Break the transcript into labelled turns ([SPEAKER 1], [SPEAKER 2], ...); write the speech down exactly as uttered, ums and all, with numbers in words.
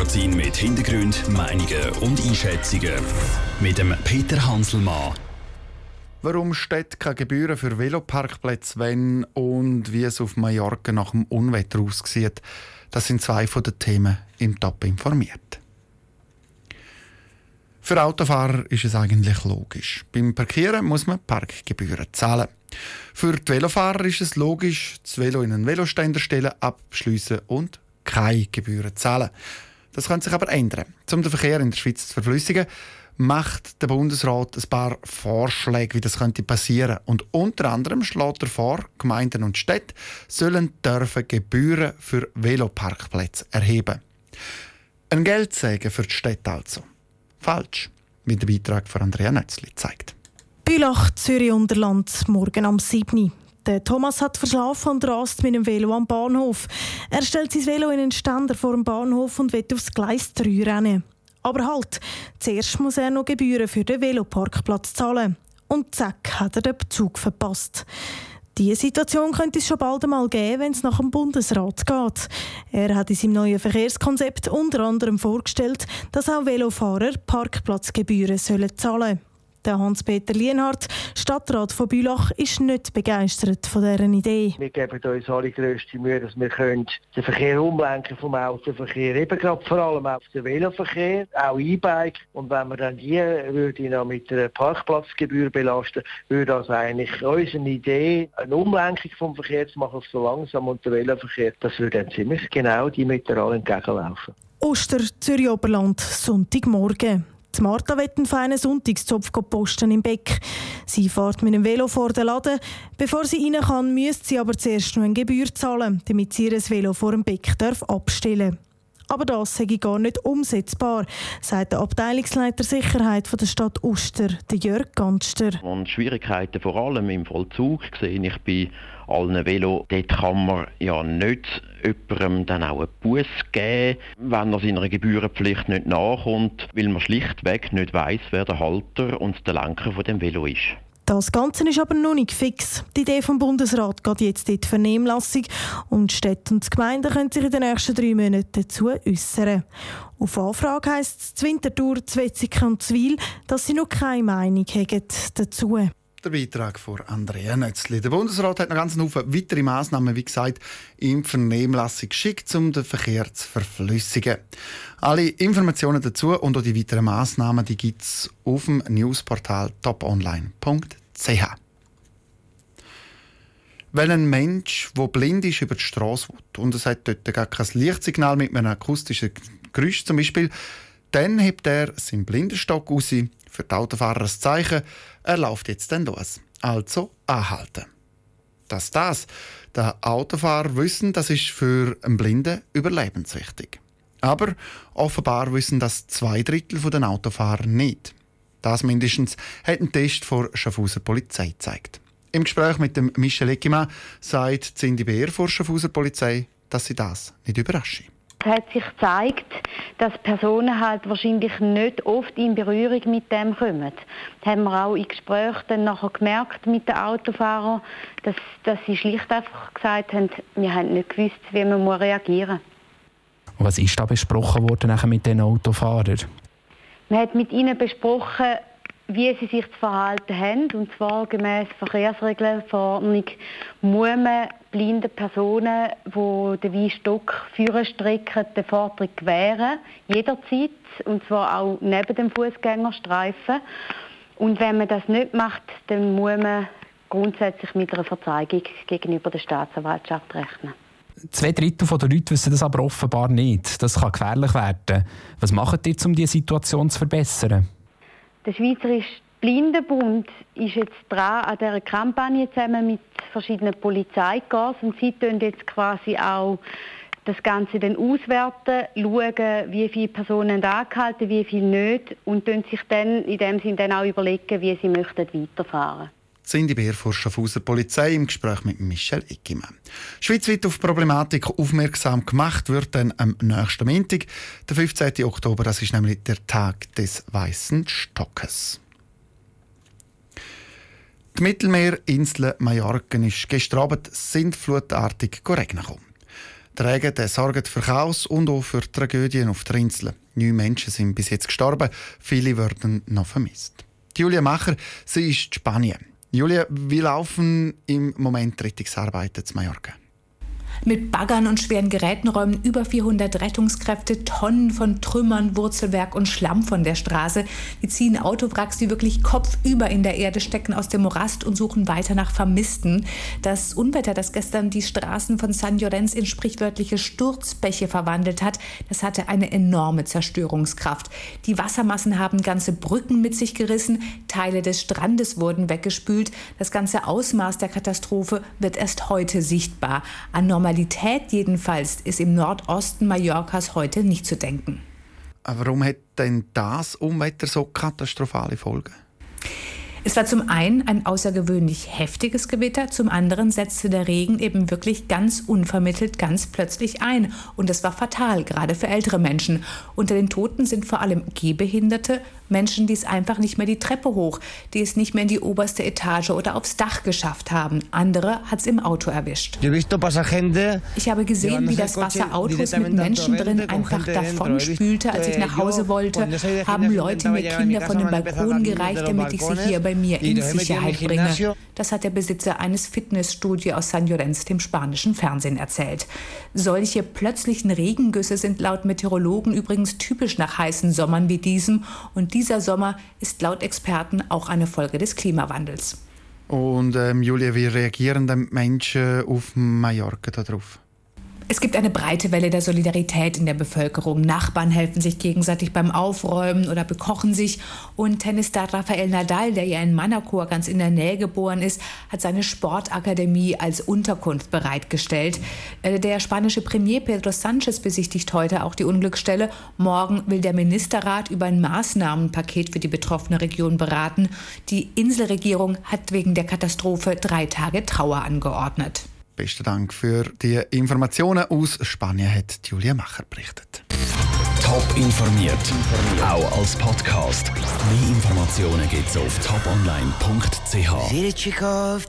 [SPEAKER 1] Infomagazin mit Hintergrund, Meinungen und Einschätzungen. Mit dem Peter Hanselmann.
[SPEAKER 2] Warum Städte keine Gebühren für Veloparkplätze wollen und wie es auf Mallorca nach dem Unwetter aussieht, das sind zwei von den Themen im Top informiert. Für Autofahrer ist es eigentlich logisch. Beim Parkieren muss man Parkgebühren zahlen. Für die Velofahrer ist es logisch, das Velo in einen Veloständer stellen, abschliessen und keine Gebühren zahlen. Das könnte sich aber ändern. Um den Verkehr in der Schweiz zu verflüssigen, macht der Bundesrat ein paar Vorschläge, wie das könnte passieren. Und unter anderem schlägt er vor, Gemeinden und Städte sollen dürfen Gebühren für Veloparkplätze erheben. Ein Geldsegen für die Städte also. Falsch, wie der Beitrag von Andrea Nötzli zeigt.
[SPEAKER 3] Bülach, Zürich-Unterland, morgen am siebten Der Thomas hat verschlafen und rast mit dem Velo am Bahnhof. Er stellt sein Velo in einen Ständer vor dem Bahnhof und will aufs Gleis drei rennen. Aber halt, zuerst muss er noch Gebühren für den Veloparkplatz zahlen. Und zack, hat er den Bezug verpasst. Diese Situation könnte es schon bald einmal geben, wenn es nach dem Bundesrat geht. Er hat in seinem neuen Verkehrskonzept unter anderem vorgestellt, dass auch Velofahrer Parkplatzgebühren sollen zahlen sollen. Der Hans-Peter Lienhardt, Stadtrat von Bülach, ist nicht begeistert von dieser Idee.
[SPEAKER 4] Wir geben uns alle grösste Mühe, dass wir den Verkehr umlenken vom Autoverkehr, eben gerade vor allem auf den Veloverkehr, auch E-Bike. Und wenn wir dann die würde noch mit einer Parkplatzgebühr belasten, würde das eigentlich unsere Idee, eine Umlenkung vom Verkehr zu machen auf so langsam und den Veloverkehr, das würde dann ziemlich genau die miteinander entgegenlaufen.
[SPEAKER 3] Oster, Zürich-Oberland, Sonntagmorgen. Die Martha will einen feinen Sonntagszopf posten im Beck. Sie fährt mit dem Velo vor den Laden. Bevor sie rein kann, müsste sie aber zuerst noch eine Gebühr zahlen, damit sie ihr Velo vor dem Beck darf abstellen darf. Aber das sei gar nicht umsetzbar, sagt der Abteilungsleiter Sicherheit von der Stadt Oster, der Jörg Ganster.
[SPEAKER 5] Und Schwierigkeiten vor allem im Vollzug sehe ich bei allen Velo. Dort kann man ja nicht jemandem dann auch einen Buß geben, wenn er seiner Gebührenpflicht nicht nachkommt, weil man schlichtweg nicht weiss, wer der Halter und der Lenker von dem Velo ist.
[SPEAKER 3] Das Ganze ist aber noch nicht fix. Die Idee vom Bundesrat geht jetzt in die Vernehmlassung und die Städte und die Gemeinden können sich in den nächsten drei Monaten dazu äußern. Auf Anfrage heisst es zu Winterthur, zu Wetzikon und zu Wil, dass sie noch keine Meinung haben dazu.
[SPEAKER 2] Der Beitrag von Andrea Nötzli. Der Bundesrat hat noch ganz viele weitere Massnahmen, wie gesagt, in die Vernehmlassung geschickt, um den Verkehr zu verflüssigen. Alle Informationen dazu und auch die weiteren Massnahmen gibt es auf dem Newsportal toponline punkt c h. Wenn ein Mensch, der blind ist, über die Straße will und es hat dort gar kein Lichtsignal mit einem akustischen Geräusch zum Beispiel, dann hebt er seinen Blindenstock raus, für die Autofahrer ein Zeichen, er läuft jetzt dann los. Also anhalten. Dass das der Autofahrer wissen, das ist für einen Blinden überlebenswichtig. Aber offenbar wissen das zwei Drittel der Autofahrer nicht. Das mindestens hat ein Test von Schaffhauser Polizei gezeigt. Im Gespräch mit dem Michel Eckimann sagt Cindy Beer von Schaffhauser Polizei, dass sie das nicht überrascht.
[SPEAKER 6] Es hat sich gezeigt, dass Personen halt wahrscheinlich nicht oft in Berührung mit dem kommen. Das haben wir auch in Gesprächen dann nachher gemerkt mit den Autofahrern, dass, dass sie schlicht einfach gesagt haben, wir haben nicht gewusst, wie man reagieren muss.
[SPEAKER 7] Was ist da besprochen worden nachher mit den Autofahrern?
[SPEAKER 6] Man hat mit ihnen besprochen, wie sie sich zu verhalten haben. Und zwar gemäss Verkehrsregeln, Verordnung, muss man blinden Personen, die den Weinstock führen, strecken, den Vortritt gewähren, jederzeit, und zwar auch neben dem Fußgängerstreifen. Und wenn man das nicht macht, dann muss man grundsätzlich mit einer Verzeigung gegenüber der Staatsanwaltschaft rechnen.
[SPEAKER 7] Zwei Drittel der Leute wissen das aber offenbar nicht. Das kann gefährlich werden. Was macht ihr, um diese Situation zu verbessern?
[SPEAKER 6] Der Schweizerische Blindenbund ist jetzt dran an dieser Kampagne zusammen mit verschiedenen Polizeikorps, und sie tun jetzt quasi auch das Ganze dann auswerten, schauen, wie viele Personen angehalten, wie viele nicht, und tun sich dann in dem Sinne dann auch überlegen, wie sie möchten weiterfahren.
[SPEAKER 2] Cindy Beer von Schaffhauser Polizei im Gespräch mit Michel Eckimann. Schweizweit auf die Problematik aufmerksam gemacht wird dann am nächsten Montag, der fünfzehnten Oktober, das ist nämlich der Tag des Weißen Stockes. Die Mittelmeerinsel Mallorca ist gestern Abend sintflutartig regnen gekommen. tragen, der sorgt für Chaos und auch für Tragödien auf der Insel. Neun Menschen sind bis jetzt gestorben, viele werden noch vermisst. Julia Macher, sie ist in Spanien. Julia, wie laufen im Moment Rettungsarbeiten zu Mallorca?
[SPEAKER 8] Mit Baggern und schweren Geräten räumen über vierhundert Rettungskräfte Tonnen von Trümmern, Wurzelwerk und Schlamm von der Straße. Die ziehen Autowracks, die wirklich kopfüber in der Erde stecken, aus dem Morast und suchen weiter nach Vermissten. Das Unwetter, das gestern die Straßen von San Llorenç in sprichwörtliche Sturzbäche verwandelt hat, das hatte eine enorme Zerstörungskraft. Die Wassermassen haben ganze Brücken mit sich gerissen, Teile des Strandes wurden weggespült. Das ganze Ausmaß der Katastrophe wird erst heute sichtbar. An Normalität jedenfalls ist im Nordosten Mallorcas heute nicht zu denken.
[SPEAKER 2] Aber warum hat denn das Unwetter so katastrophale Folgen?
[SPEAKER 8] Es war zum einen ein außergewöhnlich heftiges Gewitter, zum anderen setzte der Regen eben wirklich ganz unvermittelt, ganz plötzlich ein. Und das war fatal, gerade für ältere Menschen. Unter den Toten sind vor allem Gehbehinderte, Menschen, die es einfach nicht mehr die Treppe hoch, die es nicht mehr in die oberste Etage oder aufs Dach geschafft haben. Andere hat es im Auto erwischt. Ich habe gesehen, wie das Wasser Autos mit Menschen drin einfach davon spülte, als ich nach Hause wollte, haben Leute mir Kinder von dem Balkon gereicht, damit ich sie hier bei mir in Sicherheit bringe. Das hat der Besitzer eines Fitnessstudios aus San Llorenç dem spanischen Fernsehen erzählt. Solche plötzlichen Regengüsse sind laut Meteorologen übrigens typisch nach heißen Sommern wie diesem. Und dieser Sommer ist laut Experten auch eine Folge des Klimawandels.
[SPEAKER 2] Und ähm, Julia, wie reagieren die Menschen auf Mallorca darauf?
[SPEAKER 8] Es gibt eine breite Welle der Solidarität in der Bevölkerung. Nachbarn helfen sich gegenseitig beim Aufräumen oder bekochen sich. Und Tennisstar Rafael Nadal, der ja in Manacor ganz in der Nähe geboren ist, hat seine Sportakademie als Unterkunft bereitgestellt. Der spanische Premier Pedro Sánchez besichtigt heute auch die Unglücksstelle. Morgen will der Ministerrat über ein Maßnahmenpaket für die betroffene Region beraten. Die Inselregierung hat wegen der Katastrophe drei Tage Trauer angeordnet.
[SPEAKER 2] Besten Dank für die Informationen aus Spanien, hat Julia Macher berichtet.
[SPEAKER 1] Top informiert, auch als Podcast. Mehr Informationen gibt's auf top online punkt c h.